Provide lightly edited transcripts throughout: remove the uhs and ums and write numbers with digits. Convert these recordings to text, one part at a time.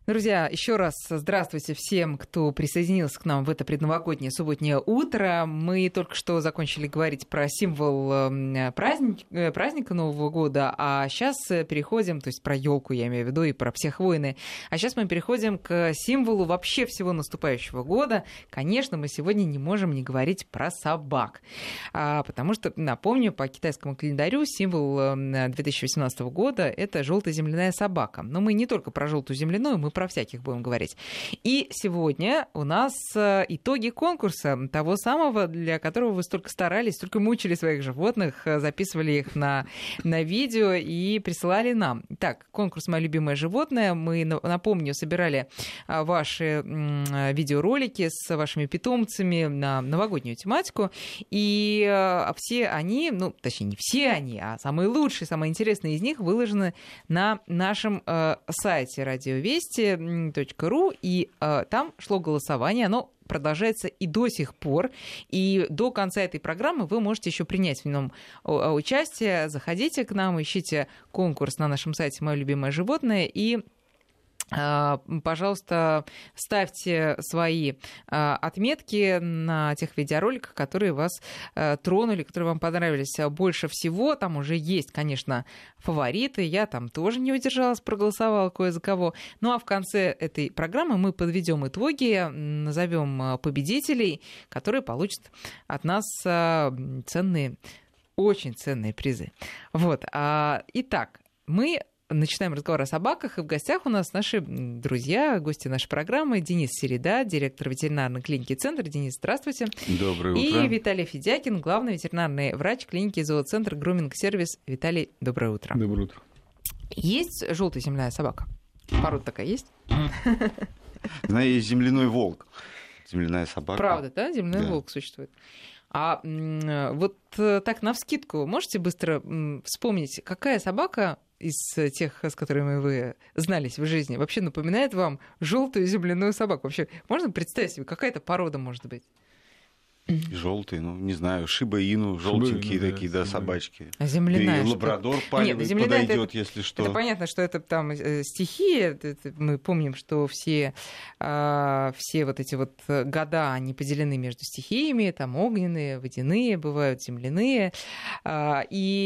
Друзья, еще раз здравствуйте всем, кто присоединился к нам в это предновогоднее субботнее утро. Мы только что закончили говорить про символ праздника Нового года, а сейчас переходим, то есть про елку я имею в виду и про всех войны. А сейчас мы переходим к символу вообще всего наступающего года. Конечно, мы сегодня не можем не говорить про собак, потому что, напомню, по китайскому календарю символ 2018 года — это желтая земляная собака. Но мы не только про желтую земляную, мы про всяких будем говорить. И сегодня у нас итоги конкурса, того самого, для которого вы столько старались, столько мучили своих животных, записывали их на видео и присылали нам. Так, конкурс «Мое любимое животное». Мы, напомню, собирали ваши видеоролики с вашими питомцами на новогоднюю тематику. И все они, ну, точнее, не все они, а самые лучшие, самые интересные из них выложены на нашем сайте «Радиовести.ру», и там шло голосование, оно продолжается и до сих пор. И до конца этой программы вы можете еще принять в нем участие. Заходите к нам, ищите конкурс на нашем сайте «Мое любимое животное» и пожалуйста, ставьте свои отметки на тех видеороликах, которые вас тронули, которые вам понравились больше всего. Там уже есть, конечно, фавориты. Я там тоже не удержалась, проголосовала кое за кого. Ну а в конце этой программы мы подведем итоги, назовем победителей, которые получат от нас ценные, очень ценные призы. Вот. Итак, мы начинаем разговор о собаках, и в гостях у нас наши друзья, гости нашей программы. Денис Середа, директор ветеринарной клиники «Центр». Денис, здравствуйте. Доброе утро. И Виталий Федякин, главный ветеринарный врач клиники «Зооцентр Груминг-сервис». Виталий, доброе утро. Доброе утро. Есть желтая земляная собака? Порода такая есть? Знаю, есть земляной волк. Земляная собака. Правда, да? Земляной волк существует. А вот так навскидку можете быстро вспомнить, какая собака из тех, с которыми вы знались в жизни, вообще напоминает вам желтую земляную собаку? Вообще можно представить себе, какая это порода может быть? Желтые, ну, не знаю, шиба-ину, желтенькие такие, да, собачки. А земляная? И лабрадор палевый подойдет, если что. Это понятно, что это там стихия. Мы помним, что все вот эти вот года, они поделены между стихиями. Там огненные, водяные, бывают земляные. Но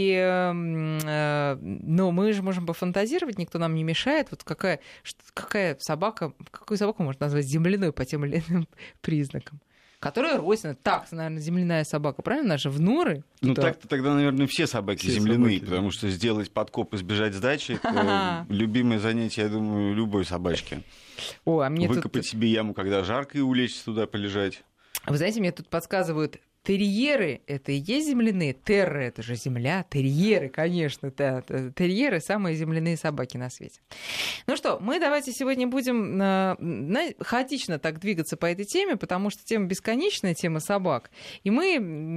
мы же можем пофантазировать, никто нам не мешает. Вот какая собака, какую собаку можно назвать земляной по тем или иным признакам? Которая родина. Так, наверное, земляная собака, правильно? Она же в норы. Ну, так-то тогда, наверное, все собаки земляные, потому что сделать подкоп и сбежать с дачи — это любимое занятие, я думаю, любой собачки. Выкопать себе яму, когда жарко, и улечься туда, полежать. Вы знаете, мне тут подсказывают, терьеры — это и есть земляные, терра — это же земля, терьеры, конечно, да, терьеры — самые земляные собаки на свете. Ну что, мы давайте сегодня будем хаотично так двигаться по этой теме, потому что тема бесконечная, тема собак, и мы,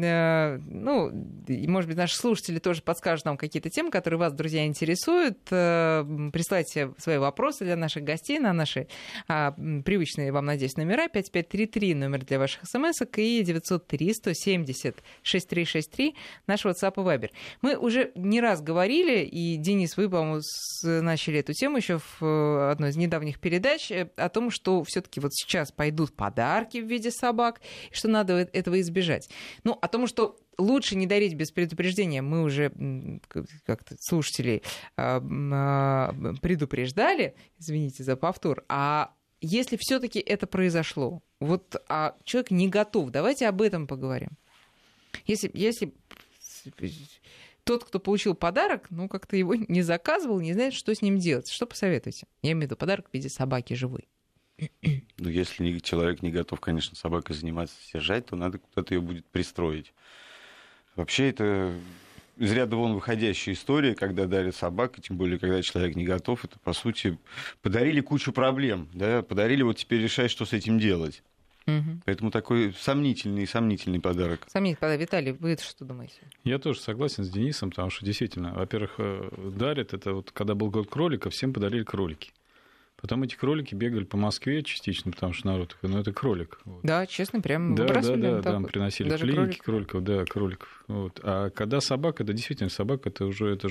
может быть, наши слушатели тоже подскажут нам какие-то темы, которые вас, друзья, интересуют. Присылайте свои вопросы для наших гостей на наши привычные вам, надеюсь, номера: 5533, номер для ваших смс-ок, и 903-170-6363, наш WhatsApp и Viber. Мы уже не раз говорили, и, Денис, вы, по-моему, начали эту тему еще в одной из недавних передач, о том, что все-таки вот сейчас пойдут подарки в виде собак, и что надо этого избежать. Ну, о том, что лучше не дарить без предупреждения, мы уже как-то слушателей предупреждали, извините за повтор, а если все-таки это произошло, а человек не готов, давайте об этом поговорим. Если тот, кто получил подарок, как-то его не заказывал, не знает, что с ним делать, что посоветуете? Я имею в виду подарок в виде собаки живой. Ну, если человек не готов, конечно, собакой заниматься, содержать, то надо куда-то ее будет пристроить. Вообще это из ряда вон выходящая история, когда дарят собак, и тем более, когда человек не готов, это, по сути, подарили кучу проблем, да, подарили, вот теперь решай, что с этим делать. Угу. Поэтому такой сомнительный подарок. Сомнительный подарок. Виталий, вы что думаете? Я тоже согласен с Денисом, потому что действительно, во-первых, дарят, это вот когда был год кролика, всем подарили кролики. Потом эти кролики бегали по Москве частично, потому что народ такой, это кролик. Вот. Да, честно, прям выбрасывали. Да, приносили клиники кроликов. Вот. А когда собака, это действительно собака, это же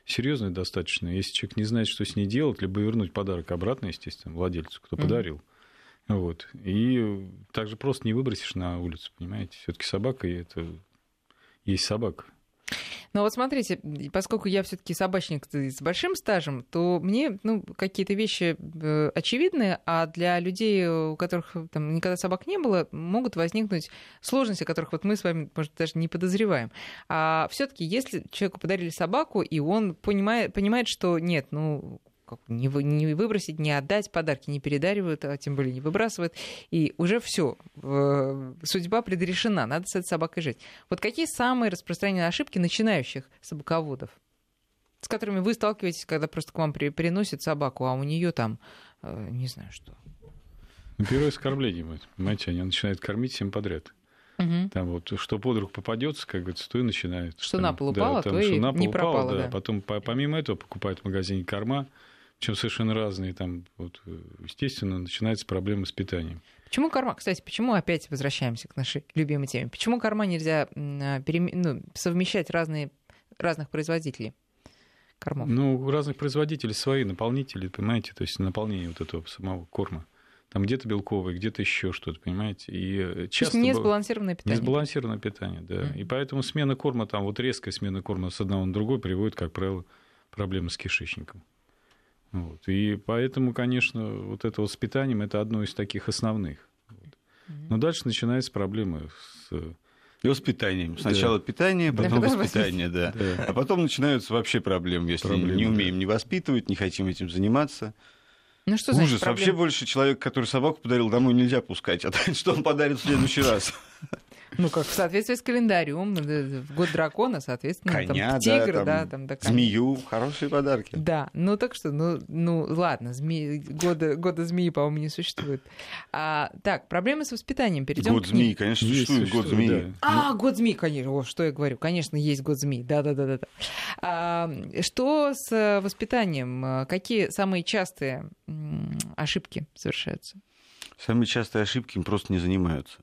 серьезная достаточно. Если человек не знает, что с ней делать, либо вернуть подарок обратно, естественно, владельцу, кто подарил. Вот. И также просто не выбросишь на улицу, понимаете? Все-таки собака, и это есть собака. Но вот смотрите, поскольку я все-таки собачник с большим стажем, то мне какие-то вещи очевидны, а для людей, у которых там никогда собак не было, могут возникнуть сложности, которых вот мы с вами, может, даже не подозреваем. А все-таки, если человеку подарили собаку, и он понимает, что нет, не выбросить, не отдать, подарки не передаривают, а тем более не выбрасывают. И уже все, судьба предрешена, надо с этой собакой жить. Вот какие самые распространенные ошибки начинающих собаководов, с которыми вы сталкиваетесь, когда просто к вам приносят собаку, а у нее там, не знаю что? Первое оскорбление, понимаете, они начинают кормить всем подряд. Угу. Там вот, что под руку попадется, как говорится, то и начинает. Что на пол упало, то и не пропало. Да. Потом, помимо этого, покупают в магазине корма, причем совершенно разные. Там, вот, естественно, начинается проблема с питанием. Почему корма? Кстати, почему опять возвращаемся к нашей любимой теме? Почему корма нельзя совмещать разных производителей кормов? У разных производителей свои наполнители, понимаете, то есть наполнение вот этого самого корма. Там где-то белковый, где-то еще что-то, понимаете. И часто не сбалансированное питание. Не сбалансированное питание, да. И поэтому смена корма, там вот резкая смена корма с одного на другой приводит, как правило, к проблемам с кишечником. Вот. И поэтому, конечно, вот это вот с питанием это одно из таких основных. Вот. Но дальше начинаются проблемы с воспитанием. Сначала питание, потом воспитание, да. А потом начинаются вообще проблемы, если не умеем не воспитывать, не хотим этим заниматься. Что ужас. Вообще больше человек, который собаку подарил, домой нельзя пускать. А что он подарит в следующий раз? Как в соответствии с календарем, в год дракона, соответственно, коня, там, тигр, там, змею, хорошие подарки. Да, так что, ладно, года змеи, по-моему, не существует. Так, проблемы с воспитанием, перейдем год змеи, конечно, существует год змеи. Да. Год змеи, конечно, что я говорю, конечно, есть год змеи, да. Что с воспитанием? Какие самые частые ошибки совершаются? Самые частые ошибки им просто не занимаются.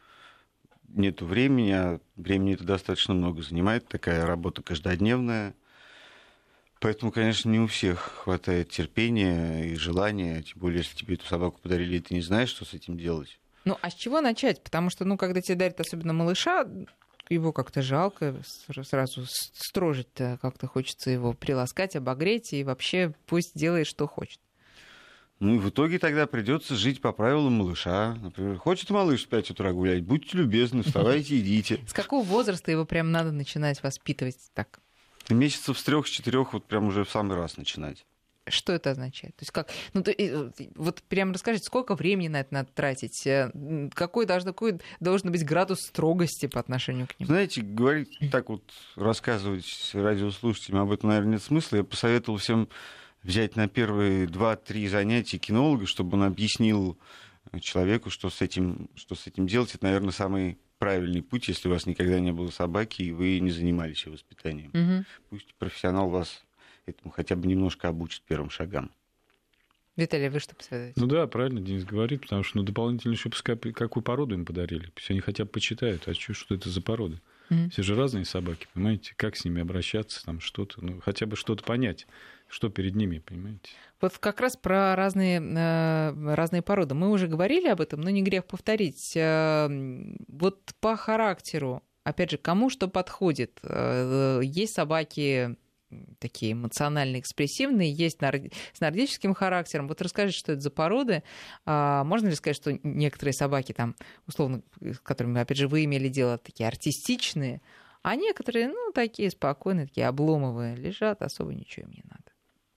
Нету времени, а времени это достаточно много занимает, такая работа каждодневная. Поэтому, конечно, не у всех хватает терпения и желания, тем более, если тебе эту собаку подарили, и ты не знаешь, что с этим делать. А с чего начать? Потому что, когда тебе дарят особенно малыша, его как-то жалко, сразу строжить-то как-то хочется его приласкать, обогреть, и вообще пусть делает, что хочет. И в итоге тогда придется жить по правилам малыша. Например, хочет малыш в 5 утра гулять, будьте любезны, вставайте, идите. С какого возраста его прям надо начинать воспитывать так? Месяцев с 3-4 вот прям уже в самый раз начинать. Что это означает? То есть как? Вот прям расскажите, сколько времени на это надо тратить? Какой должен быть градус строгости по отношению к нему? Знаете, говорить так вот, рассказывать радиослушателям об этом, наверное, нет смысла. Я посоветовал всем взять на первые 2-3 занятия кинолога, чтобы он объяснил человеку, что с этим делать. Это, наверное, самый правильный путь, если у вас никогда не было собаки, и вы не занимались ее воспитанием. Угу. Пусть профессионал вас этому хотя бы немножко обучит первым шагам. Виталий, вы что посоветуете? Да, правильно Денис говорит, потому что дополнительно еще пускай какую породу им подарили. Пусть они хотя бы почитают, что это за порода. Все же разные собаки, понимаете, как с ними обращаться, там что-то, хотя бы что-то понять, что перед ними, понимаете. Вот как раз про разные породы. Мы уже говорили об этом, но не грех повторить. Вот по характеру, опять же, кому что подходит. Есть собаки такие эмоционально экспрессивные, есть с нордическим характером. Вот расскажите, что это за породы. Можно ли сказать, что некоторые собаки, там, условно, с которыми, опять же, вы имели дело, такие артистичные, а некоторые, такие спокойные, такие обломовые, лежат, особо ничего им не надо.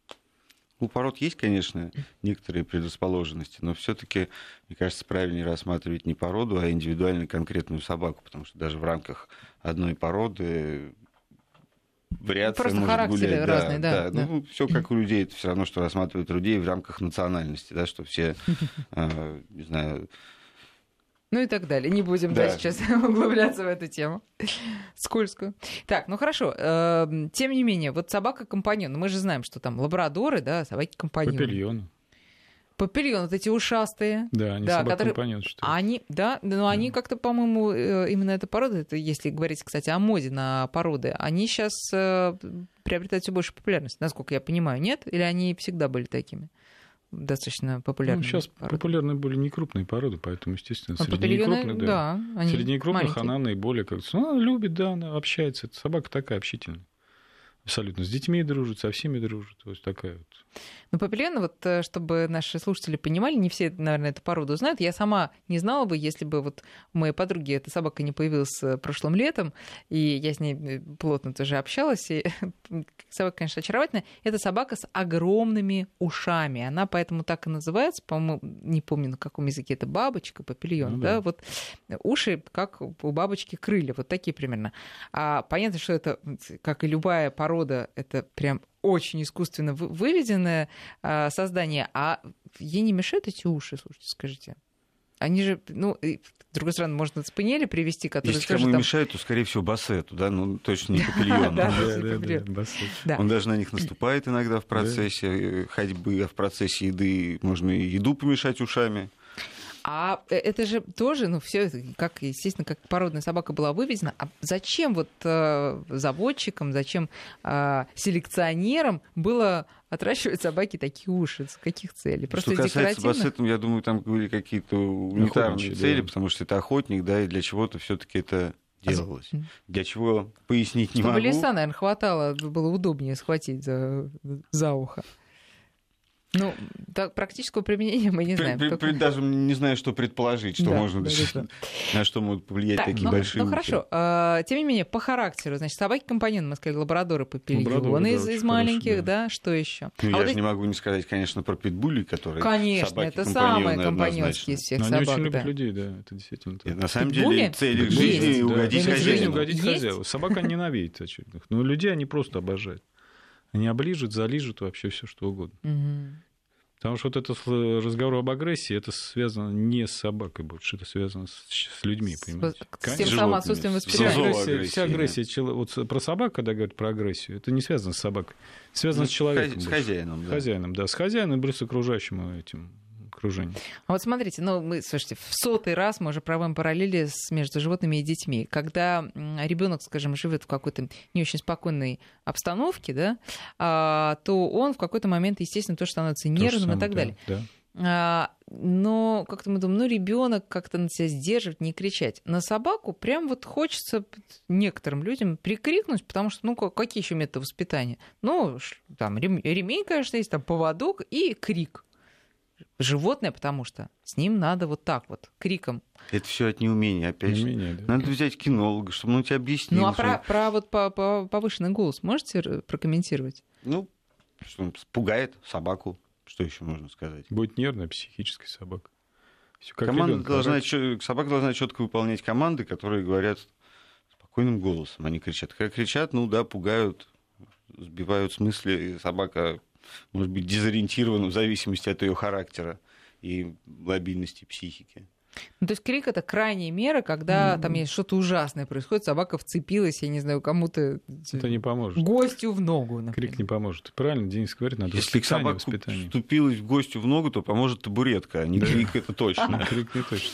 У пород есть, конечно, некоторые предрасположенности, но все-таки, мне кажется, правильнее рассматривать не породу, а индивидуально конкретную собаку, потому что даже в рамках одной породы вариация просто может характеры гулять. разные, да. Все как у людей, это все равно, что рассматривают людей в рамках национальности, да, что все, не знаю. И так далее. Не будем сейчас углубляться в эту тему скользкую. Так, хорошо. Тем не менее, вот собака-компаньон. Мы же знаем, что там лабрадоры, да, собаки-компаньоны. Папильоны. Папильон, вот эти ушастые. Да, они да, собак-компаньон, что ли. Они, да, но они как-то, по-моему, именно эта порода, это если говорить, кстати, о моде на породы, они сейчас приобретают все больше популярность, насколько я понимаю, нет? Или они всегда были такими? Достаточно популярными. Ну, сейчас породы? популярны были некрупные породы, поэтому, естественно, среди папильоны, некрупных, да, они среди некрупных маленькие. она наиболее как-то... Она любит, да, она общается. Эта собака такая общительная. Абсолютно. С детьми дружит, со всеми дружит. Вот такая вот. Ну, папильоны, вот чтобы наши слушатели понимали, не все, наверное, эту породу знают. Я сама не знала бы, если бы вот у моей подруги эта собака не появилась прошлым летом, и я с ней плотно тоже общалась, и собака, конечно, очаровательная. Это собака с огромными ушами. Она поэтому так и называется, по-моему, не помню, на каком языке это бабочка, папильон, Ну, да, да. вот уши, как у бабочки крылья, вот такие примерно. А понятно, что это, как и любая порода, это прям очень искусственно выведенное создание, а ей не мешают эти уши, слушайте, скажите? Они же, ну, и, с другой стороны, можно спаниеля привести, который Если тоже кому там... мешает, то, скорее всего, бассету, да, ну, точно не папильон. Да, бассет. Да. Он даже на них наступает иногда в процессе ходьбы, а в процессе еды можно и еду помешать ушами. А это же тоже, ну, все это, как, естественно, как породная собака была выведена. А зачем вот заводчикам, зачем селекционерам было отращивать собаке такие уши? С каких целей? Просто Что из касается декоративных? бассетом, я думаю, там были какие-то унитарные Охотничьи, цели, да. потому что это охотник, да, и для чего-то все-таки это делалось. Для чего, пояснить не Чтобы могу. леса, наверное, хватало, было удобнее схватить за ухо. Ну, так, практического применения мы не знаем. Только- Даже не знаю, что предположить, что Да, можно, да. на что могут повлиять Так, такие большие ну уши. хорошо. Тем не менее, по характеру, значит, собаки-компаньоны, мы сказали, лабрадоры, папильоны Лабрадоры, да, из очень маленьких, хорошие, да, что еще? Ну, я вот же не могу не сказать, конечно, про питбулей, которые Конечно, это самые компаньонские из всех Но они собак. очень любят да. людей, да, это действительно так. И на самом Питбули? деле цель их Есть. жизни Да. угодить Жизнь хозяину. угодить Есть? хозяину. Собака ненавидит очередных. Но людей они просто обожают. Они оближут, залижут вообще все что угодно. Мгм. Потому что вот этот разговор об агрессии, это связано не с собакой больше, это связано с людьми, понимаете? С Конечно, тем самым животными, отсутствием с воспитания. зооагрессией, Вся агрессия, вот про собак, когда говорят про агрессию, это не связано с собакой, связано с человеком. С больше. хозяином, да. Хозяином, да, с хозяином и с окружающим этим окружением. А вот смотрите, ну, мы, слушайте, в 100-й раз мы уже проводим параллели между животными и детьми. Когда ребенок, скажем, живет в какой-то не очень спокойной обстановке, да, то он в какой-то момент, естественно, тоже становится То же нервным и самое, так да, далее. да. Но как-то мы думаем, ну, ребенок как-то на себя сдерживать, не кричать. На собаку прям вот хочется некоторым людям прикрикнуть, потому что, ну, какие еще методы воспитания? Ну, там ремень, конечно, есть, там поводок и крик. Животное, потому что с ним надо вот так вот, криком. Это все от неумения, опять же. Неумение, да. Надо взять кинолога, чтобы он тебе объяснил. Ну, а что- про вот повышенный голос можете прокомментировать? Ну, что он пугает собаку. Что еще можно сказать? Будет нервная психическая собака. Всё как Команда ребёнка, должна, характер. собака должна четко выполнять команды, которые говорят спокойным голосом. Они кричат. Когда кричат, ну да, пугают, сбивают с мысли. И собака может быть дезориентирована в зависимости от ее характера и лобильности психики. Ну, то есть крик — это крайняя мера, когда там есть что-то ужасное происходит, собака вцепилась, я не знаю, кому-то, Это не поможет. гостю в ногу, например. Крик не поможет. Правильно, Денис говорит, надо Если воспитание, собака воспитание. вступилась в гостю в ногу, то поможет табуретка, а не крик, это точно. Крик не точно.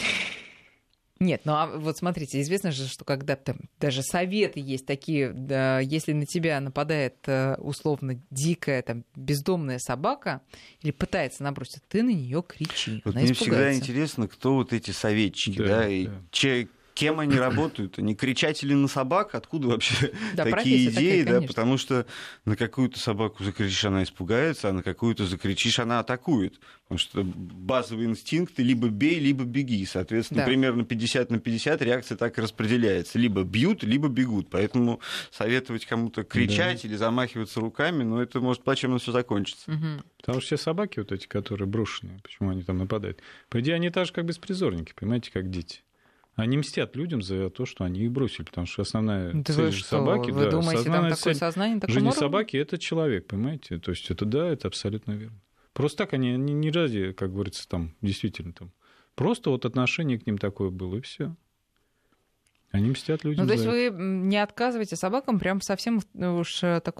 Нет, ну а вот смотрите, известно же, что когда там даже советы есть такие, да, если на тебя нападает условно дикая там бездомная собака или пытается наброситься, ты на нее кричи, Вот она мне всегда испугается. интересно, кто вот эти советчики, Да, да, и да. кем они работают. Они кричатели на собак? Откуда вообще Да, такие профессия идеи? такая, Да, конечно. потому что на какую-то собаку закричишь, она испугается, а на какую-то закричишь, она атакует. Потому что базовые инстинкты либо бей, либо беги. Соответственно, Да. примерно 50 на 50 реакция так и распределяется. Либо бьют, либо бегут. Поэтому советовать кому-то кричать или замахиваться руками, ну, это может плачевно все закончиться. Мгм. Потому что все собаки, вот эти, которые брошенные, почему они там нападают? По идее, они так же, как беспризорники, понимаете, как дети. Они мстят людям за то, что они их бросили, потому что основная Да цель вы же что, собаки... вы да, думаете, там основная такое цель сознание, такое жизни собаки — это человек, понимаете? То есть это да, это абсолютно верно. Просто так они не ради, как говорится, там, действительно там. Просто вот отношение к ним такое было, и все. Они мстят людям Ну, то есть за это. вы не отказываете собакам прям совсем уж таком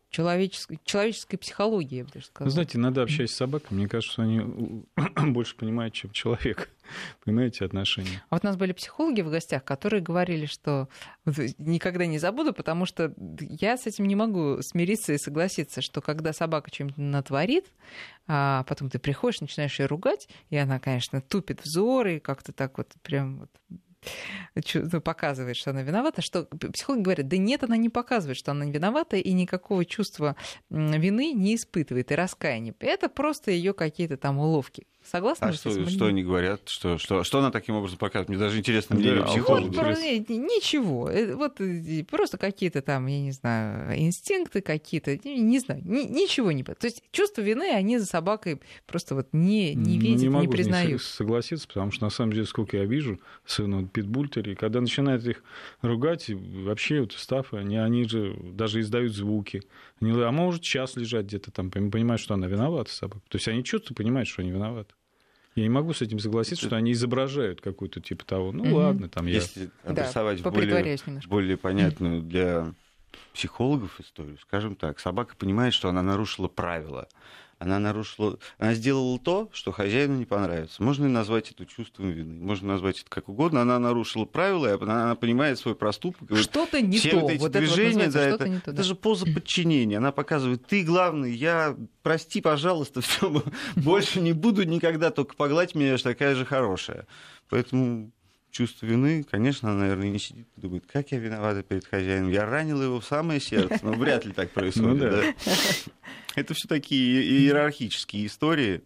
человеческой психологии, я бы даже сказала. Вы знаете, иногда общаясь с собаками, мне кажется, что они больше понимают, чем человек. Понимаете, отношения. А вот у нас были психологи в гостях, которые говорили, что никогда не забуду, потому что я с этим не могу смириться и согласиться, что когда собака что-нибудь натворит, а потом ты приходишь, начинаешь ее ругать, и она, конечно, тупит взор и как-то так вот прям вот показывает, что она виновата, что психологи говорят, да нет, она не показывает, что она виновата, и никакого чувства вины не испытывает, и раскаяния. Это просто ее какие-то там уловки. Согласны? Что они говорят? Что она таким образом показывает? Мне даже интересно мнение психологов. Ничего. Вот просто какие-то там, я не знаю, инстинкты какие-то, не знаю, ничего не... То есть чувство вины они за собакой просто вот не видят, не признают. Не могу согласиться, потому что на самом деле, сколько я вижу, особенно вот питбуль-терьеры, когда начинают их ругать, вообще вот став, они же даже издают звуки. А может час лежать где-то там, понимают, что она виновата, собака. То есть они чувствуют, понимают, что они виноваты. Я не могу с этим согласиться, что они изображают какую-то типа того. Ну ладно, там я... Если обрисовать более понятную для психологов историю, скажем так, собака понимает, что она нарушила правила. Она сделала то, что хозяину не понравится. Можно и назвать это чувством вины, можно назвать это как угодно. Она нарушила правила, и она понимает свой проступок. Что-то не все то. Вот эти вот движения, это, да, что-то не то, это же поза подчинения. Она показывает, ты главный, я, прости, пожалуйста, все, больше не буду никогда, только погладь меня, я же такая же хорошая. Поэтому чувство вины, конечно, она, наверное, не сидит и думает, как я виновата перед хозяином. Я ранила его в самое сердце. Но вряд ли так происходит. Это все такие иерархические истории.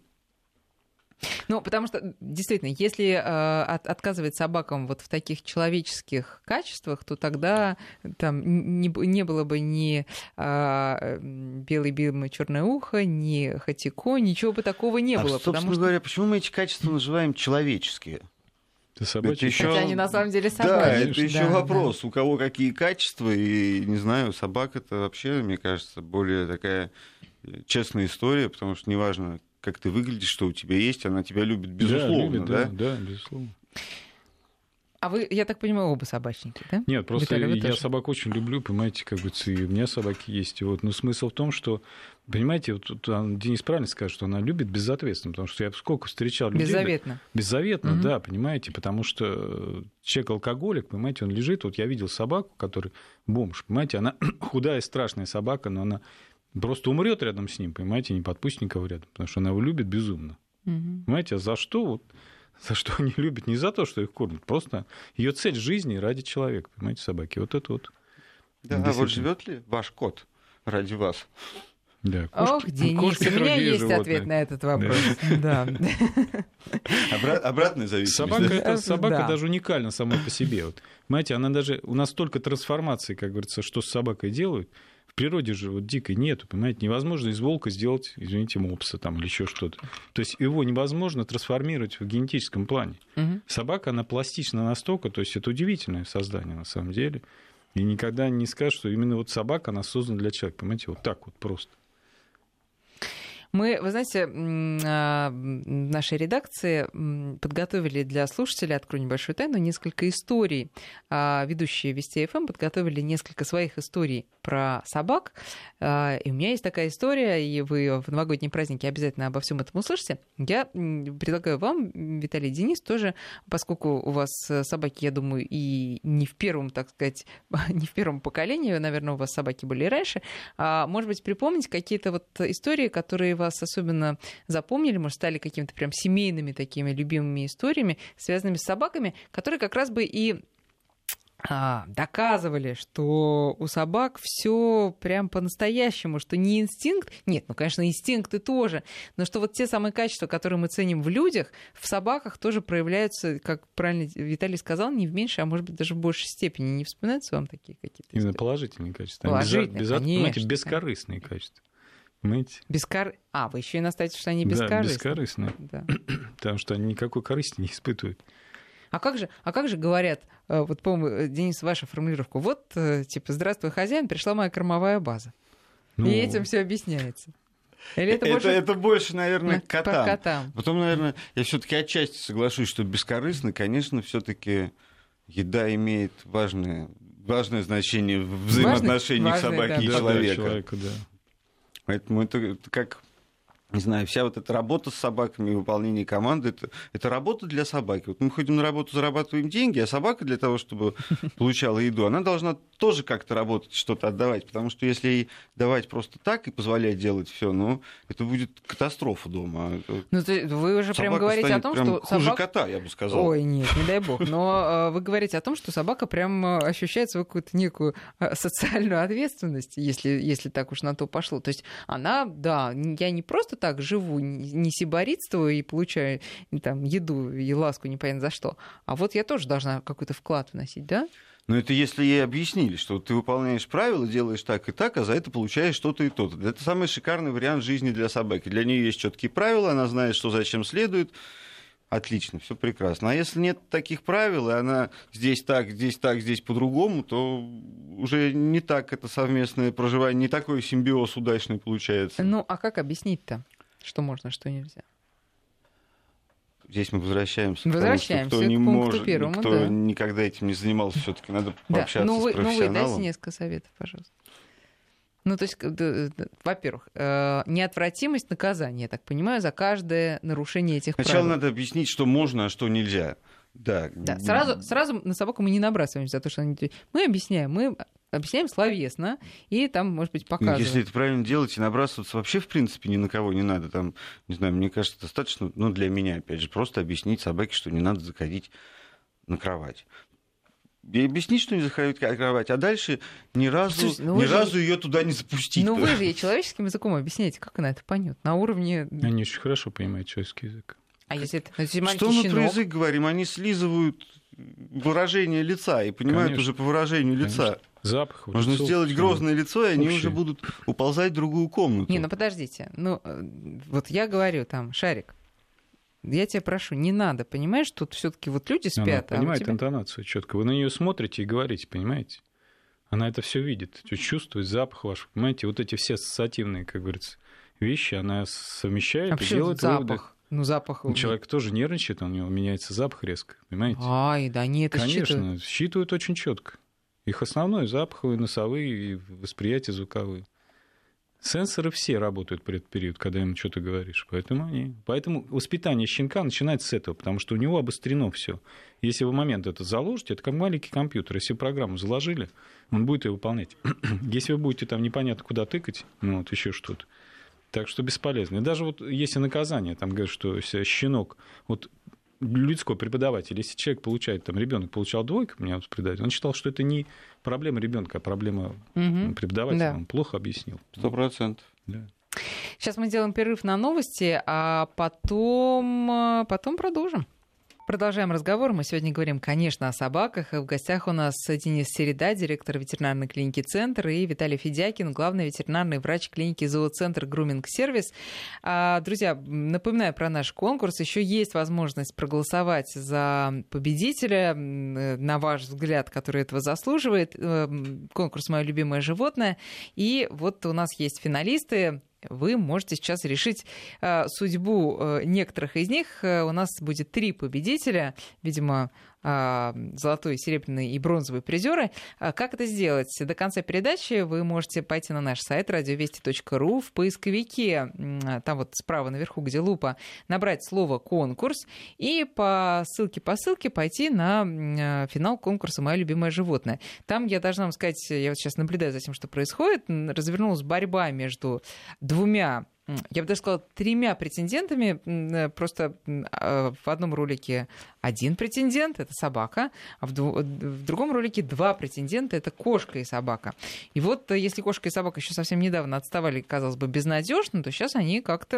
Ну, потому что, действительно, если отказывать собакам вот в таких человеческих качествах, то тогда там не было бы ни белый бим и черное ухо, ни хатико, ничего бы такого не было. Собственно говоря, почему мы эти качества называем человеческие? Это еще... Хотя они на самом деле собаки. Да, это еще вопрос, у кого какие качества, и, не знаю, собака это вообще, мне кажется, более такая честная история, потому что неважно, как ты выглядишь, что у тебя есть, она тебя любит, безусловно, да? Да, безусловно. А вы, я так понимаю, оба собачники, да? Нет, просто Виталий, я собак очень люблю, понимаете, как бы, и у меня собаки есть. Вот. Но смысл в том, что, понимаете, вот Денис правильно скажет, что она любит безответственно, потому что я сколько встречал людей... Беззаветно. Беззаветно, да, понимаете, потому что человек-алкоголик, понимаете, он лежит, вот я видел собаку, который бомж, понимаете, она худая, страшная собака, но она просто умрет рядом с ним, понимаете, не подпустит никого рядом, потому что она его любит безумно. Понимаете, а за что вот... За что они любят? Не за то, что их кормят, просто ее цель жизни ради человека, понимаете, собаки. Вот это вот. Да, а вот живет ли ваш кот ради вас? Да, ох, Денис, у меня есть животные. Ответ на этот вопрос. Да. Обратная зависимость. Собака даже уникальна сама по себе. Вот, понимаете, она даже... У нас столько трансформаций, как говорится, что с собакой делают. В природе же вот дикой нету, понимаете, невозможно из волка сделать, извините, мопса там или еще что-то. То есть его невозможно трансформировать в генетическом плане. Собака, она пластична настолько, то есть это удивительное создание на самом деле. И никогда не скажешь, что именно вот собака, она создана для человека, понимаете, вот так вот просто. Мы, вы знаете, в нашей редакции подготовили для слушателей, открою небольшую тайну, несколько историй. Ведущие Вести ФМ подготовили несколько своих историй про собак. И у меня есть такая история, и вы в новогодние праздники обязательно обо всем этом услышите. Я предлагаю вам, Виталий, Денис, тоже, поскольку у вас собаки, я думаю, и не в первом, так сказать, не в первом поколении, наверное, у вас собаки были и раньше, может быть, припомнить какие-то вот истории, которые вас особенно запомнили, может, стали какими-то прям семейными такими любимыми историями, связанными с собаками, которые как раз бы и доказывали, что у собак все прям по-настоящему, что не инстинкт, нет, ну, конечно, инстинкты тоже, но что вот те самые качества, которые мы ценим в людях, в собаках тоже проявляются, как правильно Виталий сказал, не в меньшей, а может быть даже в большей степени. Не вспоминаются вам такие какие-то истории? Именно положительные качества. Положительные, понимаете, бескорыстные качества. Понимаете? Вы еще и настаиваете, что они бескорыстные. Да, бескорыстные. Да. Потому что они никакой корысти не испытывают. А как же говорят, вот, по-моему, Денис, ваша формулировка, вот, типа, здравствуй, хозяин, пришла моя кормовая база. И этим все объясняется. Или это больше, наверное, к котам. Про котам. Потом, наверное, я все-таки отчасти соглашусь, что бескорыстно, конечно, все-таки еда имеет важное значение в взаимоотношениях собаки и человека. Поэтому это как... Не знаю, вся вот эта работа с собаками, выполнение команды, это работа для собаки. Вот мы ходим на работу, зарабатываем деньги, а собака для того, чтобы получала еду, она должна тоже как-то работать, что-то отдавать. Потому что если ей давать просто так и позволять делать все, ну, это будет катастрофа дома. Ну, вы уже прям говорите о том, что хуже кота, я бы сказал. Ой, нет, не дай бог. Но вы говорите о том, что собака прям ощущает свою какую-то некую социальную ответственность, если так уж на то пошло. То есть она, да, я не просто так живу, не сиборитствую и получаю там еду и ласку непонятно за что, а вот я тоже должна какой-то вклад вносить, да? Но это если ей объяснили, что ты выполняешь правила, делаешь так и так, а за это получаешь что-то и то-то. Это самый шикарный вариант жизни для собаки. Для нее есть четкие правила, она знает, что зачем следует. Отлично, все прекрасно. А если нет таких правил, и она здесь так, здесь по-другому, то уже не так это совместное проживание, не такой симбиоз удачный получается. Ну, а как объяснить-то, что можно, что нельзя? Здесь мы возвращаемся к тому, что кто не может, первому, кто да. никогда этим не занимался, все-таки надо пообщаться с профессионалом. Ну, вы дайте несколько советов, пожалуйста. Ну, то есть, во-первых, неотвратимость наказания, я так понимаю, за каждое нарушение этих правил. Сначала надо объяснить, что можно, а что нельзя. Да. Сразу на собаку мы не набрасываемся за то, что они... Мы объясняем словесно и там, может быть, показываем. Если это правильно делать, и набрасываться вообще, в принципе, ни на кого не надо. Там, не знаю, мне кажется, достаточно, для меня, опять же, просто объяснить собаке, что не надо заходить на кровать. И объяснить, что не заходить на кровать, а дальше ни разу ее туда не запустить. Ну, вы же ей человеческим языком объясняете, как она это поймет. На уровне... Они очень хорошо понимают человеческий язык. А если это что мы про язык говорим? Они слизывают выражение лица и понимают уже по выражению лица. Запах. Можно сделать грозное лицо, и они уже будут уползать в другую комнату. Не, ну подождите. Ну, вот я говорю там, Шарик, я тебя прошу, не надо, понимаешь, тут все-таки вот люди спят. Она понимает интонацию четко. Вы на нее смотрите и говорите, понимаете? Она это все видит, чувствует запах ваш, понимаете? Вот эти все ассоциативные, как говорится, вещи она совмещает и делает запах. Ну, запах. Человек тоже нервничает, у него меняется запах резко, понимаете? Ай, да они это Конечно, считывают очень четко. Их основной запаховые, носовые и восприятие звуковые. Сенсоры все работают при этот период, когда им что-то говоришь. Поэтому воспитание щенка начинается с этого, потому что у него обострено все. Если вы в момент это заложите, это как маленький компьютер. Если программу заложили, он будет ее выполнять. Если вы будете там непонятно куда тыкать, еще что-то. Так что бесполезно. И даже вот если наказание, там говорят, что щенок, вот людской преподаватель, если человек получает, там ребенок получал двойку, меня вот преподаватель, он считал, что это не проблема ребенка, а проблема преподавателя. Да. Он плохо объяснил. 100%. Да. Сейчас мы делаем перерыв на новости, а потом продолжим. Продолжаем разговор. Мы сегодня говорим, конечно, о собаках. В гостях у нас Денис Середа, директор ветеринарной клиники «Центр», и Виталий Федякин, главный ветеринарный врач клиники «Зооцентр Груминг Сервис». Друзья, напоминаю про наш конкурс. Еще есть возможность проголосовать за победителя, на ваш взгляд, который этого заслуживает. Конкурс «Мое любимое животное». И вот у нас есть финалисты. Вы можете сейчас решить судьбу некоторых из них. У нас будет 3 победителя, видимо, золотой, серебряный и бронзовый призеры. Как это сделать? До конца передачи вы можете пойти на наш сайт radiovesti.ru, в поисковике, там вот справа наверху, где лупа, набрать слово «конкурс» и по ссылке пойти на финал конкурса «Мое любимое животное». Там, я должна вам сказать, я вот сейчас наблюдаю за тем, что происходит, развернулась борьба между 2, я бы даже сказала, 3 претендентами. Просто в одном ролике 1 претендент, это собака, а в другом ролике 2 претендента, это кошка и собака. И вот если кошка и собака еще совсем недавно отставали, казалось бы, безнадежно, то сейчас они как-то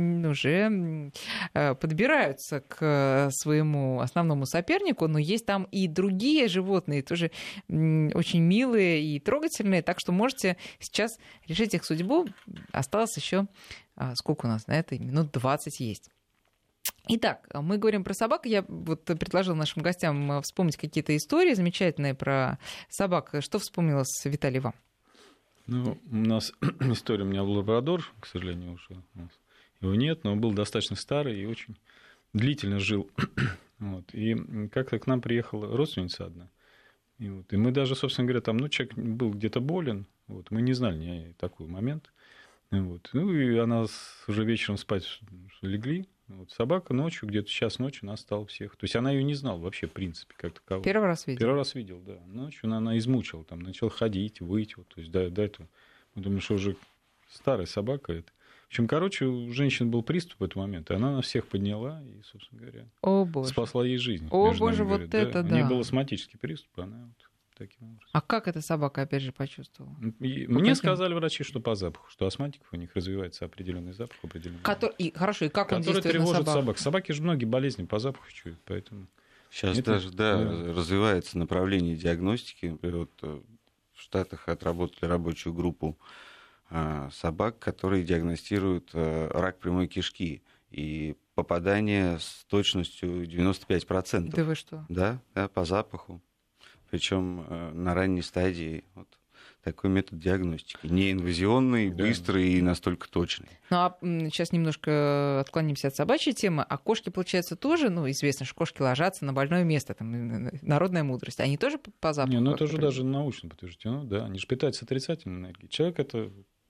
уже подбираются к своему основному сопернику, но есть там и другие животные, тоже очень милые и трогательные, так что можете сейчас решить их судьбу. Осталось еще сколько у нас на это? Минут 20 есть. Итак, мы говорим про собак. Я вот предложила нашим гостям вспомнить какие-то истории замечательные про собак. Что вспомнилось, Виталий, вам? Ну, у нас история, у меня был лабрадор, к сожалению, уже его нет, но он был достаточно старый и очень длительно жил. Вот. И как-то к нам приехала родственница одна. И мы даже, собственно говоря, там, человек был где-то болен, вот, мы не знали ни такой момент. Вот. Ну, и она уже вечером спать легли. Вот. Собака ночью, где-то час ночи, она стала всех. То есть она ее не знала вообще, в принципе, как такового. Первый раз видел? Первый раз видел, да. Ночью она измучила, там, начала ходить, выть. Вот. То есть до этого. Мы думаем, что уже старая собака это. В общем, короче, у женщины был приступ в этот момент, и она нас всех подняла и, собственно говоря, спасла ей жизнь. О, боже, вот это да. У нее был астматический приступ, она вот таким образом. А как эта собака, опять же, почувствовала? Мне сказали врачи, что по запаху, что астматиков у них развивается определенный запах. Хорошо, и как он действует тревожит на собак? Собаки же многие болезни по запаху чуют, поэтому... Сейчас даже, развивается направление диагностики. Например, вот в Штатах отработали рабочую группу собак, которые диагностируют рак прямой кишки. И попадание с точностью 95%. Да вы что? Да, по запаху. Причем на ранней стадии. Вот такой метод диагностики. Неинвазионный, быстрый и настолько точный. Ну, а сейчас немножко отклонимся от собачьей темы. А кошки, получается, тоже, известно, что кошки ложатся на больное место, там, народная мудрость. Они тоже по запаху? Не, это уже даже научно подтверждено, да. Они же питаются отрицательной энергией. Человек — это...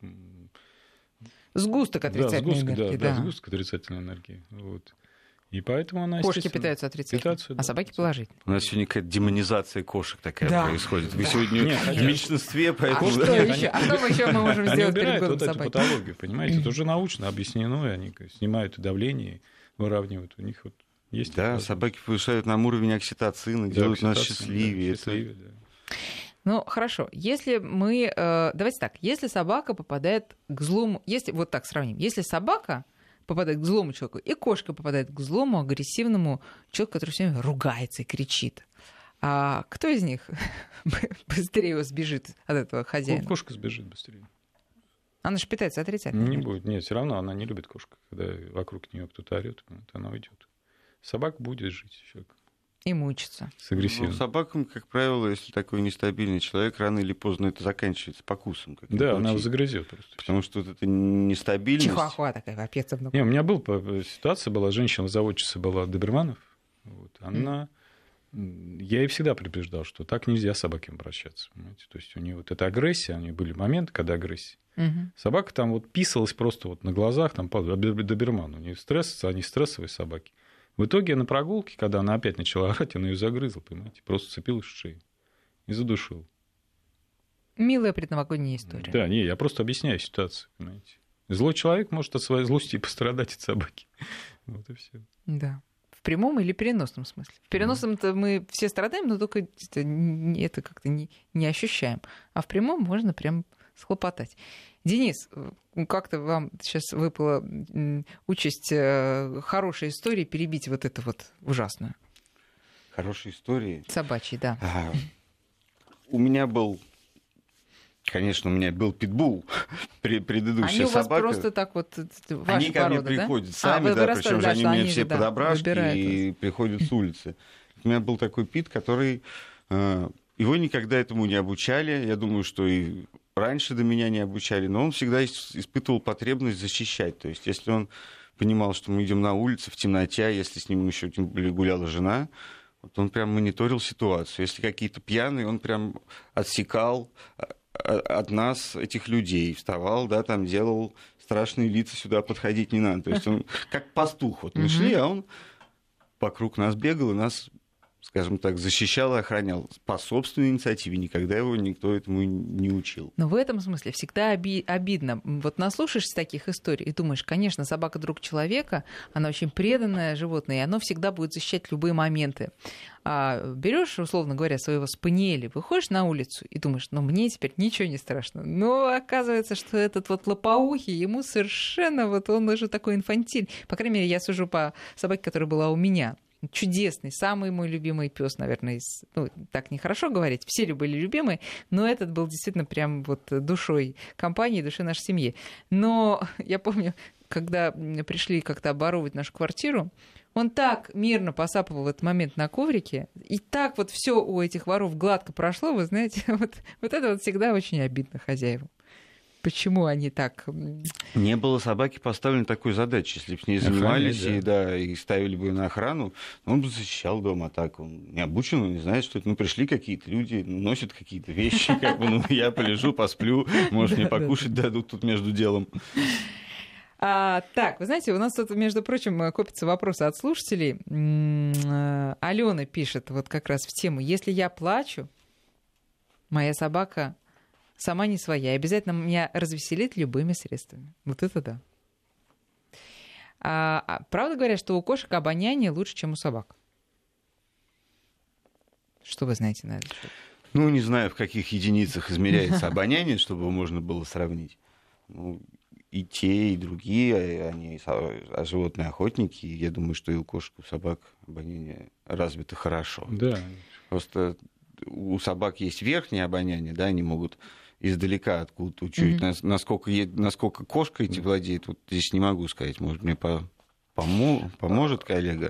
Сгусток отрицательной энергии, да, сгусток отрицательной энергии. Вот. И поэтому она, кошки питаются отрицательно, а собаки положительно. У нас сегодня какая-то демонизация кошек такая происходит. Вы сегодня в меньшинстве, поэтому... Что мы еще можем сделать перед годом собаки? Они убирают эту патологию, понимаете? Это уже научно объяснено, и они снимают давление, выравнивают. У них вот есть... Да, собаки повышают нам уровень окситоцина, делают нас счастливее. Ну, хорошо. Если мы... Давайте так. Если собака попадает к злому... Вот так сравним. Если собака попадает к злому человеку, и кошка попадает к злому, агрессивному человеку, который все время ругается и кричит, а кто из них быстрее сбежит от этого хозяина? Кошка сбежит быстрее. Она же питается отрицательно. Не будет. Нет, все равно она не любит кошку. Когда вокруг нее кто-то орет, она уйдет. Собака будет жить еще. И мучиться. С агрессивным. Собакам, как правило, если такой нестабильный человек, рано или поздно это заканчивается покусом. Да, она его загрызет просто. Потому что вот эта нестабильность... Чихуахуа такая, капец. Не, у меня ситуация была, женщина-заводчица была доберманов. Вот, она... Я ей всегда предупреждал, что так нельзя с собаками обращаться. Понимаете? То есть у нее вот эта агрессия, у нее были моменты, когда агрессия. Собака там вот писалась просто вот на глазах, там, доберман. У нее стресс, они стрессовые собаки. В итоге на прогулке, когда она опять начала орать, она ее загрызла, понимаете, просто цепилась в шею и задушила. Милая предновогодняя история. Да, я просто объясняю ситуацию, понимаете. Злой человек может от своей злости пострадать от собаки. Вот и все. Да. В прямом или переносном смысле? В переносном-то мы все страдаем, но только это как-то не ощущаем. А в прямом можно прям схлопотать. Денис, как-то вам сейчас выпала участь хорошей истории перебить вот эту вот ужасную? Хорошей истории? Собачьей, да. У меня был питбул, предыдущая собака. Они у вас просто так вот, ваша они ко мне порода, приходят да? сами, причем же они у меня все подобрашки и приходят с улицы. У меня был такой пит, который... Его никогда этому не обучали. Я думаю, что и раньше до меня не обучали. Но он всегда испытывал потребность защищать. То есть, если он понимал, что мы идем на улице в темноте, а если с ним еще тем более гуляла жена, вот он прям мониторил ситуацию. Если какие-то пьяные, он прям отсекал от нас этих людей. Вставал, да, там делал страшные лица, сюда подходить не надо. То есть он как пастух. Вот мы шли, а он вокруг нас бегал и нас... скажем так, защищал и охранял по собственной инициативе. Никогда его никто этому не учил. Но в этом смысле всегда обидно. Вот наслушаешься таких историй и думаешь, конечно, собака друг человека, она очень преданное животное, и оно всегда будет защищать любые моменты. А берешь, условно говоря, своего спаниеля, выходишь на улицу и думаешь, мне теперь ничего не страшно. Но оказывается, что этот вот лопоухий, ему совершенно он уже такой инфантиль. По крайней мере, я сужу по собаке, которая была у меня. Чудесный, самый мой любимый пес, наверное, так нехорошо говорить, все были любимые, но этот был действительно прям душой компании, душой нашей семьи. Но я помню, когда пришли как-то оборовывать нашу квартиру, он так мирно посапывал в этот момент на коврике, и так все у этих воров гладко прошло, вы знаете, вот это всегда очень обидно хозяевам. Почему они так? Не было собаки поставлено такой задачи. Если бы с ней занимались и ставили бы ее на охрану, он бы защищал дома. Так он не обучен, он не знает, что это. Пришли какие-то люди, носят какие-то вещи, я полежу, посплю, может, мне покушать дадут тут между делом. Так, вы знаете, у нас тут, между прочим, копятся вопросы от слушателей. Алена пишет вот как раз в тему: если я плачу, моя собака сама не своя, и обязательно меня развеселит любыми средствами. Вот это да. Правда говорят, что у кошек обоняние лучше, чем у собак? Что вы знаете на этот счет? Не знаю, в каких единицах измеряется обоняние, чтобы можно было сравнить. И те, и другие, они животные охотники. Я думаю, что и у кошек, и у собак обоняние развито хорошо. Да. Просто у собак есть верхнее обоняние, да, они могут издалека откуда-то учуять. Насколько кошка этим владеет, вот здесь не могу сказать. Может, мне поможет коллега?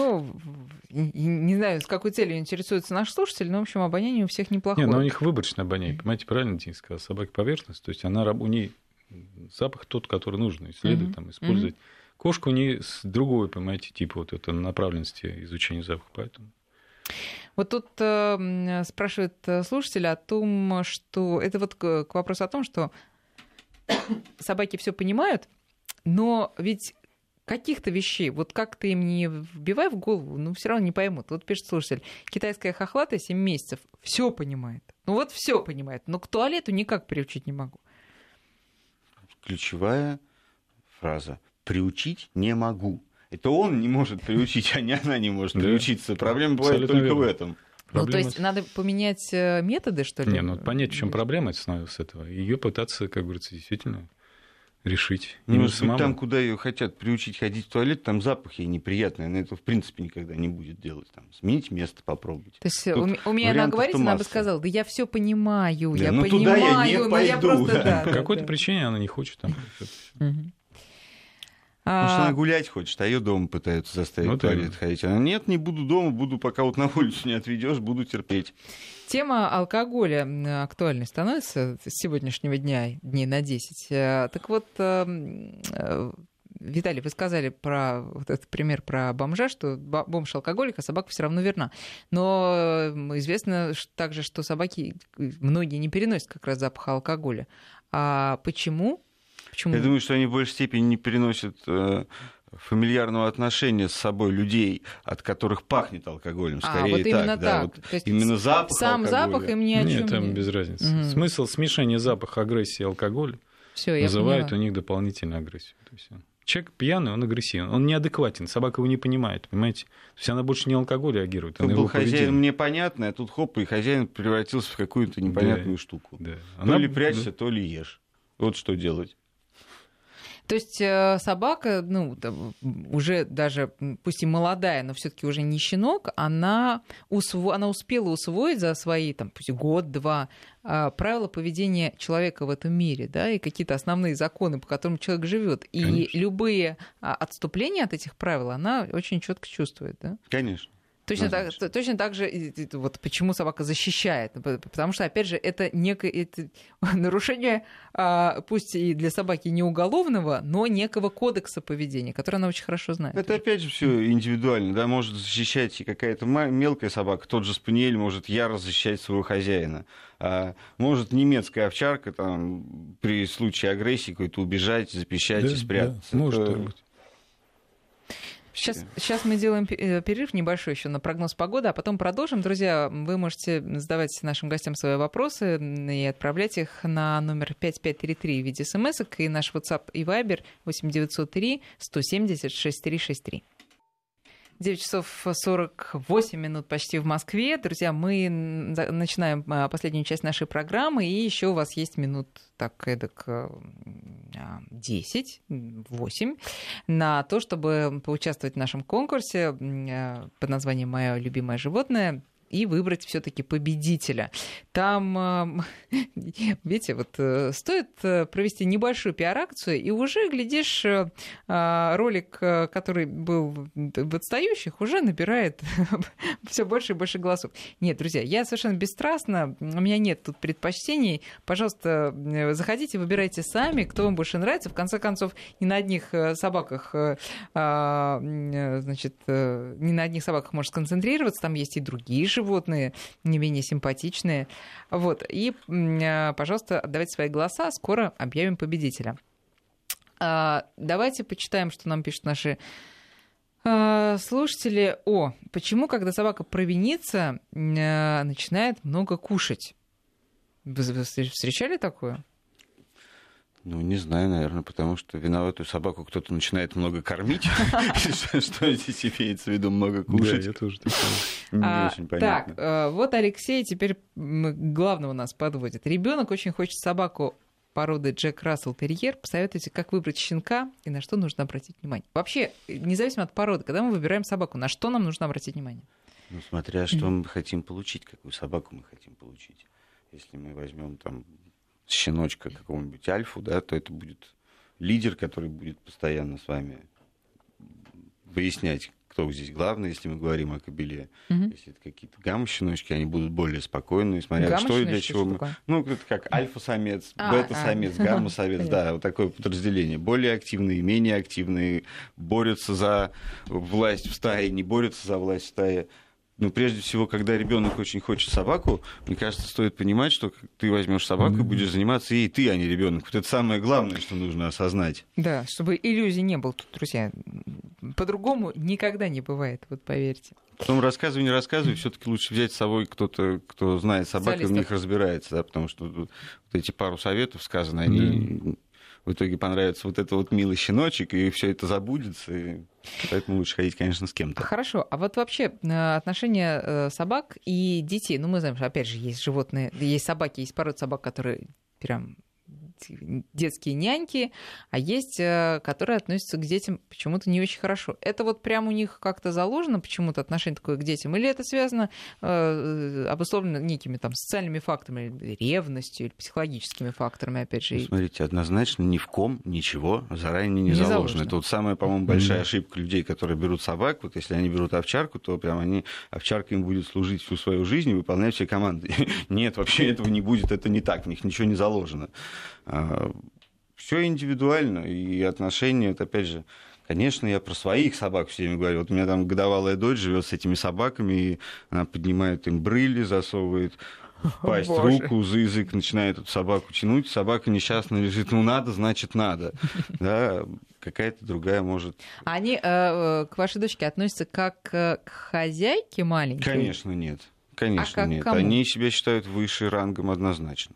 Не знаю, с какой целью интересуется наш слушатель, но, в общем, обоняние у всех неплохое. Но у них выборочное обоняние, понимаете, правильно Денис сказал, собаки поверхность, то есть у нее запах тот, который нужно исследовать, использовать. Кошка у нее с другой, понимаете, типа вот это направленности изучения запаха, поэтому... Вот тут спрашивает слушатель о том, что... Это вот к вопросу о том, что собаки все понимают, но ведь каких-то вещей, вот как ты им не вбивай в голову, все равно не поймут. Вот пишет слушатель: китайская хохлатая 7 месяцев все понимает. Все понимает, но к туалету никак приучить не могу. Ключевая фраза: приучить не могу. Это он не может приучить, а не она не может приучиться. Проблема бывает только в этом. То есть надо поменять методы, что ли? Понять, в чем проблема с этого, и ее пытаться, как говорится, действительно решить. Там, куда ее хотят приучить ходить в туалет, там запах ей неприятный, она этого в принципе никогда не будет делать. Сменить место попробовать. То есть у меня она говорит, она бы сказала: да я все понимаю, да, я понимаю, туда я не пойду. Я просто... По какой-то причине она не хочет там. Потому что она гулять хочет, а ее дома пытаются заставить в туалет ходить. Она: нет, не буду дома, буду, пока на улицу не отведешь, буду терпеть. Тема алкоголя актуальной становится с сегодняшнего дня, дней на 10. Так вот, Виталий, вы сказали про вот этот пример про бомжа, что бомж алкоголик, а собака все равно верна. Но известно также, что собаки многие не переносят как раз запах алкоголя. А почему? Я думаю, что они в большей степени не переносят фамильярного отношения с собой людей, от которых пахнет алкоголем. Скорее вот именно так. Вот именно запах сам алкоголя. Запах им ни о чем. Нет, там без разницы. Смысл смешения запаха, агрессии и алкоголя вызывает у них дополнительную агрессию. То есть человек пьяный, он агрессивен, он неадекватен, собака его не понимает, понимаете? То есть она больше не алкоголь реагирует, а на его поведение. Хозяин мне понятно, а тут хоп, и хозяин превратился в какую-то непонятную штуку. Да. То ли прячься, то ли ешь. Вот что делать. То есть собака, уже даже, пусть и молодая, но все-таки уже не щенок, она успела усвоить за свои, пусть год-два, правила поведения человека в этом мире, да, и какие-то основные законы, по которым человек живет. И любые отступления от этих правил она очень четко чувствует, да? Конечно. Точно так же, вот почему собака защищает. Потому что, опять же, это некое нарушение, пусть и для собаки не уголовного, но некого кодекса поведения, который она очень хорошо знает. Это, опять же, все индивидуально. Да? Может защищать и какая-то мелкая собака, тот же спаниель может яро защищать своего хозяина. Может немецкая овчарка при случае агрессии какой-то убежать, запищать и спрятаться. Да, может быть. Сейчас мы делаем перерыв небольшой еще на прогноз погоды, а потом продолжим. Друзья, вы можете задавать нашим гостям свои вопросы и отправлять их на номер 5533 в виде смс-ок и наш WhatsApp и Viber 8903 170 6363. 9 часов 48 минут почти в Москве. Друзья, мы начинаем последнюю часть нашей программы, и еще у вас есть минут эдак 10-8 на то, чтобы поучаствовать в нашем конкурсе под названием «Мое любимое животное». и выбрать все-таки победителя. Там, видите, вот стоит провести небольшую пиар-акцию, и уже, глядишь, ролик, который был в отстающих, уже набирает все больше и больше голосов. Нет, друзья, я совершенно бесстрастна, у меня нет тут предпочтений. Пожалуйста, заходите, выбирайте сами, кто вам больше нравится. В конце концов, не на одних собаках, значит, не на одних собаках можно сконцентрироваться, там есть и другие животные, не менее симпатичные. Вот. И, пожалуйста, отдавайте свои голоса, скоро объявим победителя. Давайте почитаем, что нам пишут наши слушатели. Почему, когда собака провинится, начинает много кушать? Вы встречали такое? Ну, не знаю, наверное, потому что виноватую собаку кто-то начинает много кормить. Что здесь имеется в виду много кушать? Да, я тоже такое. Не очень понятно. Так, вот Алексей теперь главного нас подводит. Ребенок очень хочет собаку породы Джек Рассел Терьер. Посоветуйте, как выбрать щенка и на что нужно обратить внимание. Вообще, независимо от породы, когда мы выбираем собаку, на что нам нужно обратить внимание? Ну, смотря что мы хотим получить, какую собаку мы хотим получить. Если мы возьмем там щеночка какого-нибудь альфу, да, то это будет лидер, который будет постоянно с вами выяснять, кто здесь главный, если мы говорим о кобеле. Если это какие-то гамма-щеночки, они будут более спокойные, смотря что и для чего. Ну, это как альфа-самец, бета-самец, гамма-самец, да, вот такое подразделение. Более активные, менее активные, борются за власть в стае, не борются за власть в стае. Ну, прежде всего, когда ребенок очень хочет собаку, мне кажется, стоит понимать, что ты возьмешь собаку и будешь заниматься ей ты, а не ребенок. Вот это самое главное, что нужно осознать. Да, чтобы иллюзий не было тут, друзья. По-другому никогда не бывает, вот поверьте. Потом рассказывай, не рассказывай, все-таки лучше взять с собой кто-то, кто знает собак и в них разбирается, да, потому что вот эти пару советов сказаны, они в итоге понравится вот это вот милый щеночек, и все это забудется, и поэтому лучше ходить, конечно, с кем-то. Хорошо, а вот вообще отношения собак и детей, ну мы знаем, что опять же есть животные, есть собаки, есть породы собак, которые прям детские няньки, а есть, которые относятся к детям почему-то не очень хорошо. Это вот прям у них как-то заложено почему-то отношение такое к детям, или это связано, обусловлено некими там социальными факторами, ревностью или психологическими факторами, опять же? Ну, смотрите, однозначно ни в ком ничего заранее не заложено. Это вот самая, по-моему, большая ошибка людей, которые берут собак. Вот если они берут овчарку, то прям овчарка им будет служить всю свою жизнь и выполнять все команды. Нет, вообще этого не будет, это не так, в них ничего не заложено. Все индивидуально, и отношения, это опять же, конечно, я про своих собак все время говорю. Вот у меня там годовалая дочь живет с этими собаками, и она поднимает им брыли, засовывает в пасть руку, за язык начинает эту собаку тянуть, собака несчастно лежит, ну надо, значит надо. Да, какая-то другая может... Они к вашей дочке относятся как к хозяйке маленькой? Конечно, нет. Конечно, нет. Они себя считают выше рангом однозначно.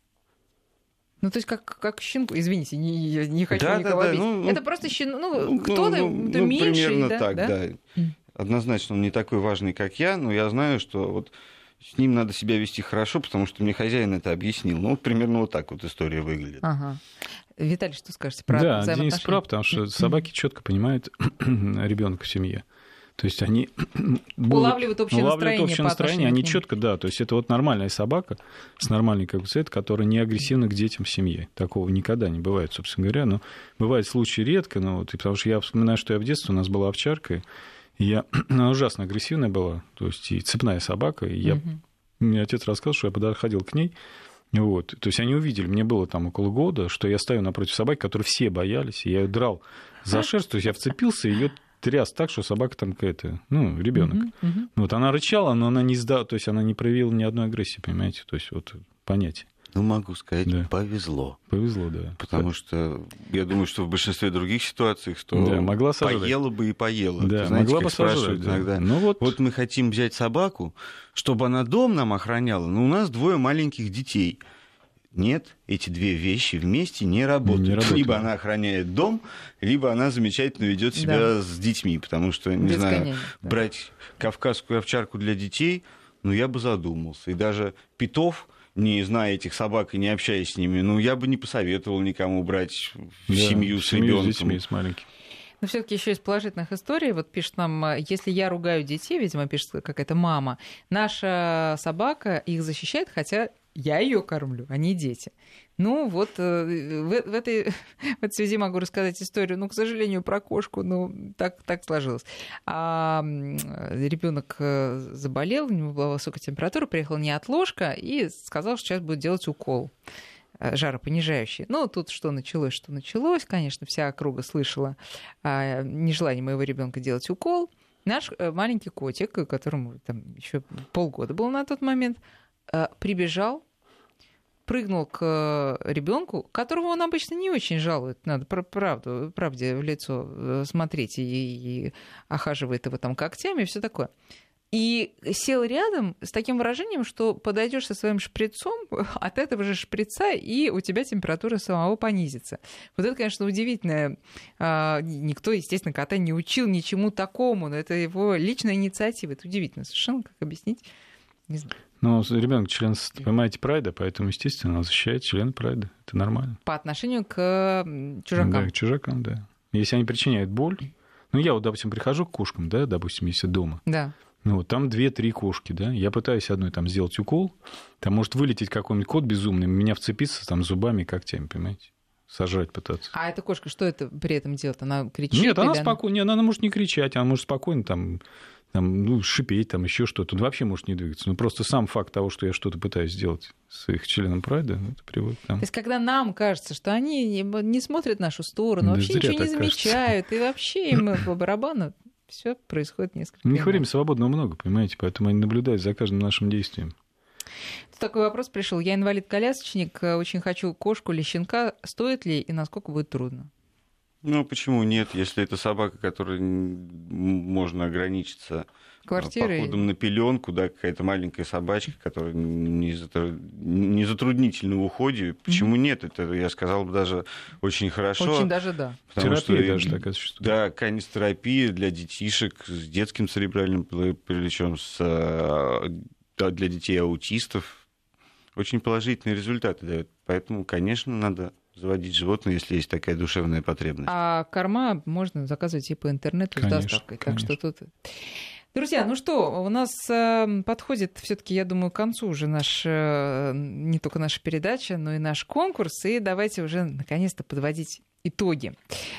Ну, то есть, как щенку, извините, не хочу никого обидеть. Это просто щенок, кто-то меньше. Примерно так, да. Однозначно он не такой важный, как я, но я знаю, что вот с ним надо себя вести хорошо, потому что мне хозяин это объяснил. Ну, вот примерно вот так вот история выглядит. Ага. Виталий, что скажете про взаимоотношения? Да, Денис прав, потому что собаки четко понимают ребенка в семье. То есть они улавливают общее настроение. Они четко, да. То есть это вот нормальная собака с нормальной цветом, которая не агрессивна к детям в семье. Такого никогда не бывает, собственно говоря. Но бывают случаи редко. Потому что я вспоминаю, что я в детстве, у нас была овчарка, и она ужасно агрессивная была. То есть и цепная собака. И мне отец рассказал, что я подходил к ней. Вот. То есть они увидели, мне было там около года, что я стою напротив собаки, которую все боялись. И я ее драл за шерсть. То есть я вцепился, и ее тряс так, что собака там какая-то, ребенок. Вот она рычала, но она не то есть она не проявила ни одной агрессии, понимаете? То есть вот понятие. Ну, могу сказать, повезло. Повезло, да. Потому что я думаю, что в большинстве других ситуаций, что могла поела бы и поела. Да, знаете, могла как бы спрашивают иногда. Вот мы хотим взять собаку, чтобы она дом нам охраняла, но у нас 2 маленьких детей. Нет, эти 2 вещи вместе не работают. Либо она охраняет дом, либо она замечательно ведет себя с детьми. Потому что, не знаю, брать кавказскую овчарку для детей, я бы задумался. И даже питов, не зная этих собак и не общаясь с ними, я бы не посоветовал никому брать в семью с ребенком. С детьми, с маленькими. Но все-таки еще из положительных историй. Вот пишет нам, если я ругаю детей, видимо, пишет какая-то мама, наша собака их защищает, хотя я ее кормлю, а не дети. Ну, вот в этой связи могу рассказать историю. Ну, к сожалению, про кошку, ну, так сложилось. Ребенок заболел, у него была высокая температура, приехала неотложка и сказал, что сейчас будет делать укол жаропонижающий. Ну, тут что началось, конечно, вся округа слышала о нежелании моего ребенка делать укол. Наш маленький котик, которому там еще полгода был на тот момент, прибежал, прыгнул к ребенку, которого он обычно не очень жалует, надо правде в лицо смотреть, и охаживает его там когтями и все такое. И сел рядом с таким выражением, что подойдешь со своим шприцом, от этого же шприца, и у тебя температура самого понизится. Вот это, конечно, удивительно. Никто, естественно, кота не учил ничему такому, но это его личная инициатива. Это удивительно совершенно, как объяснить, не знаю. Ну, ребенок член, понимаете, прайда, поэтому, естественно, он защищает члена прайда. Это нормально. По отношению к чужакам. Да, к чужакам, да. Если они причиняют боль. Ну, я вот, допустим, прихожу к кошкам, да, допустим, если дома. Да. Ну, вот там 2-3 кошки, да. Я пытаюсь одной там сделать укол. Там может вылететь какой-нибудь кот безумный, меня вцепиться там зубами и когтями, понимаете? Сожрать пытаться. А эта кошка что это при этом делает? Она кричит? Нет, она спокойно. Нет, она может не кричать, она может спокойно там шипеть, там еще что-то. Он вообще может не двигаться. Но просто сам факт того, что я что-то пытаюсь сделать с их членом прайда, это приводит к тому. То есть, когда нам кажется, что они не смотрят в нашу сторону, Да вообще ничего не замечают, кажется. И вообще им по барабану, все происходит несколько. У них времени свободного много, понимаете, поэтому они наблюдают за каждым нашим действием. Такой вопрос пришел. Я инвалид-колясочник, очень хочу кошку или щенка. Стоит ли и насколько будет трудно? Ну, почему нет? Если это собака, которой можно ограничиться квартирой, походом на пеленку, да, какая-то маленькая собачка, которая не затруднительна в уходе, почему нет? Это, я сказал бы, даже очень хорошо. Очень даже да. Потому терапия что, даже такая существует. Да, канистерапия для детишек с детским церебральным параличом, для детей-аутистов. Очень положительные результаты дают. Поэтому, конечно, надо заводить животное, если есть такая душевная потребность. А корма можно заказывать и по интернету, конечно, с доставкой. Конечно. Так что тут... Друзья, ну что, у нас подходит все-таки, я думаю, к концу уже не только наша передача, но и наш конкурс. И давайте уже наконец-то подводить итоги.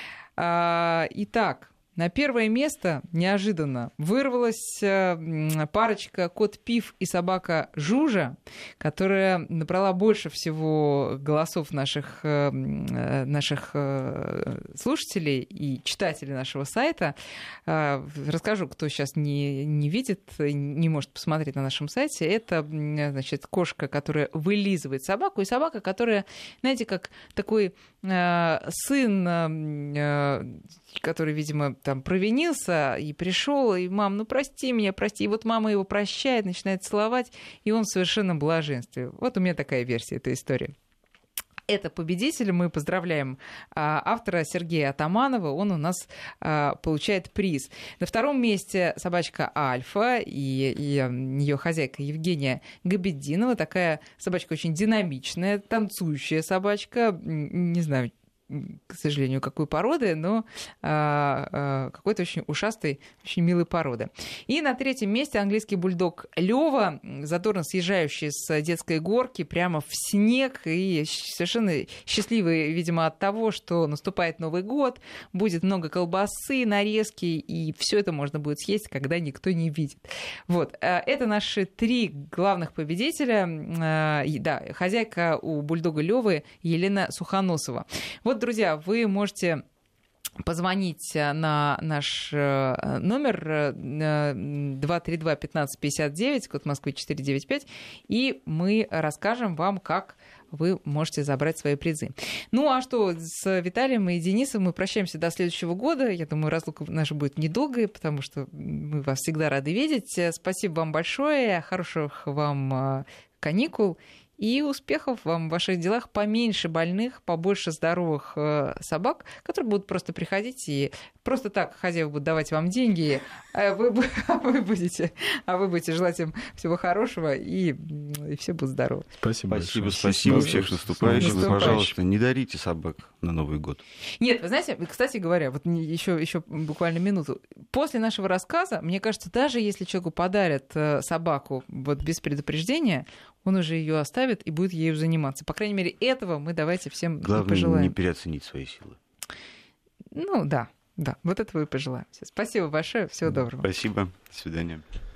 Итак, на первое место неожиданно вырвалась парочка кот Пив и собака Жужа, которая набрала больше всего голосов наших слушателей и читателей нашего сайта. Расскажу, кто сейчас не видит, не может посмотреть на нашем сайте. Это, значит, кошка, которая вылизывает собаку, и собака, которая, знаете, как такой сын, который, видимо, там провинился и пришел, и мам, ну прости меня, прости. И вот мама его прощает, начинает целовать, и он в совершенном блаженстве. Вот у меня такая версия этой истории. Это победитель. Мы поздравляем автора Сергея Атаманова. Он у нас получает приз. На втором месте собачка Альфа и ее хозяйка Евгения Габеддинова. Такая собачка очень динамичная, танцующая собачка. Не знаю, к сожалению, какой породы, но какой-то очень ушастой, очень милой породы. И на третьем месте английский бульдог Лёва, задорно съезжающий с детской горки прямо в снег и совершенно счастливый, видимо, от того, что наступает Новый год, будет много колбасы, нарезки, и все это можно будет съесть, когда никто не видит. Вот. Это наши 3 главных победителя. Да, хозяйка у бульдога Лёвы Елена Сухоносова. Вот, друзья, вы можете позвонить на наш номер 232-1559, код Москвы 495, и мы расскажем вам, как вы можете забрать свои призы. Ну, а что, с Виталием и Денисом мы прощаемся до следующего года. Я думаю, разлука наша будет недолгой, потому что мы вас всегда рады видеть. Спасибо вам большое, хороших вам каникул И успехов вам в ваших делах, поменьше больных, побольше здоровых собак, которые будут просто приходить и просто так хозяева будут давать вам деньги, а вы будете желать им всего хорошего, и все будут здоровы. Спасибо. Спасибо. Всех наступающих. Пожалуйста, не дарите собак на Новый год. Нет, вы знаете, кстати говоря, вот еще буквально минуту. После нашего рассказа, мне кажется, даже если человеку подарят собаку вот без предупреждения, он уже ее оставит и будет ею заниматься. По крайней мере, этого мы давайте всем Главное, пожелаем. не переоценить свои силы. Ну да, вот этого и пожелаем. Спасибо большое, всего доброго. Спасибо, до свидания.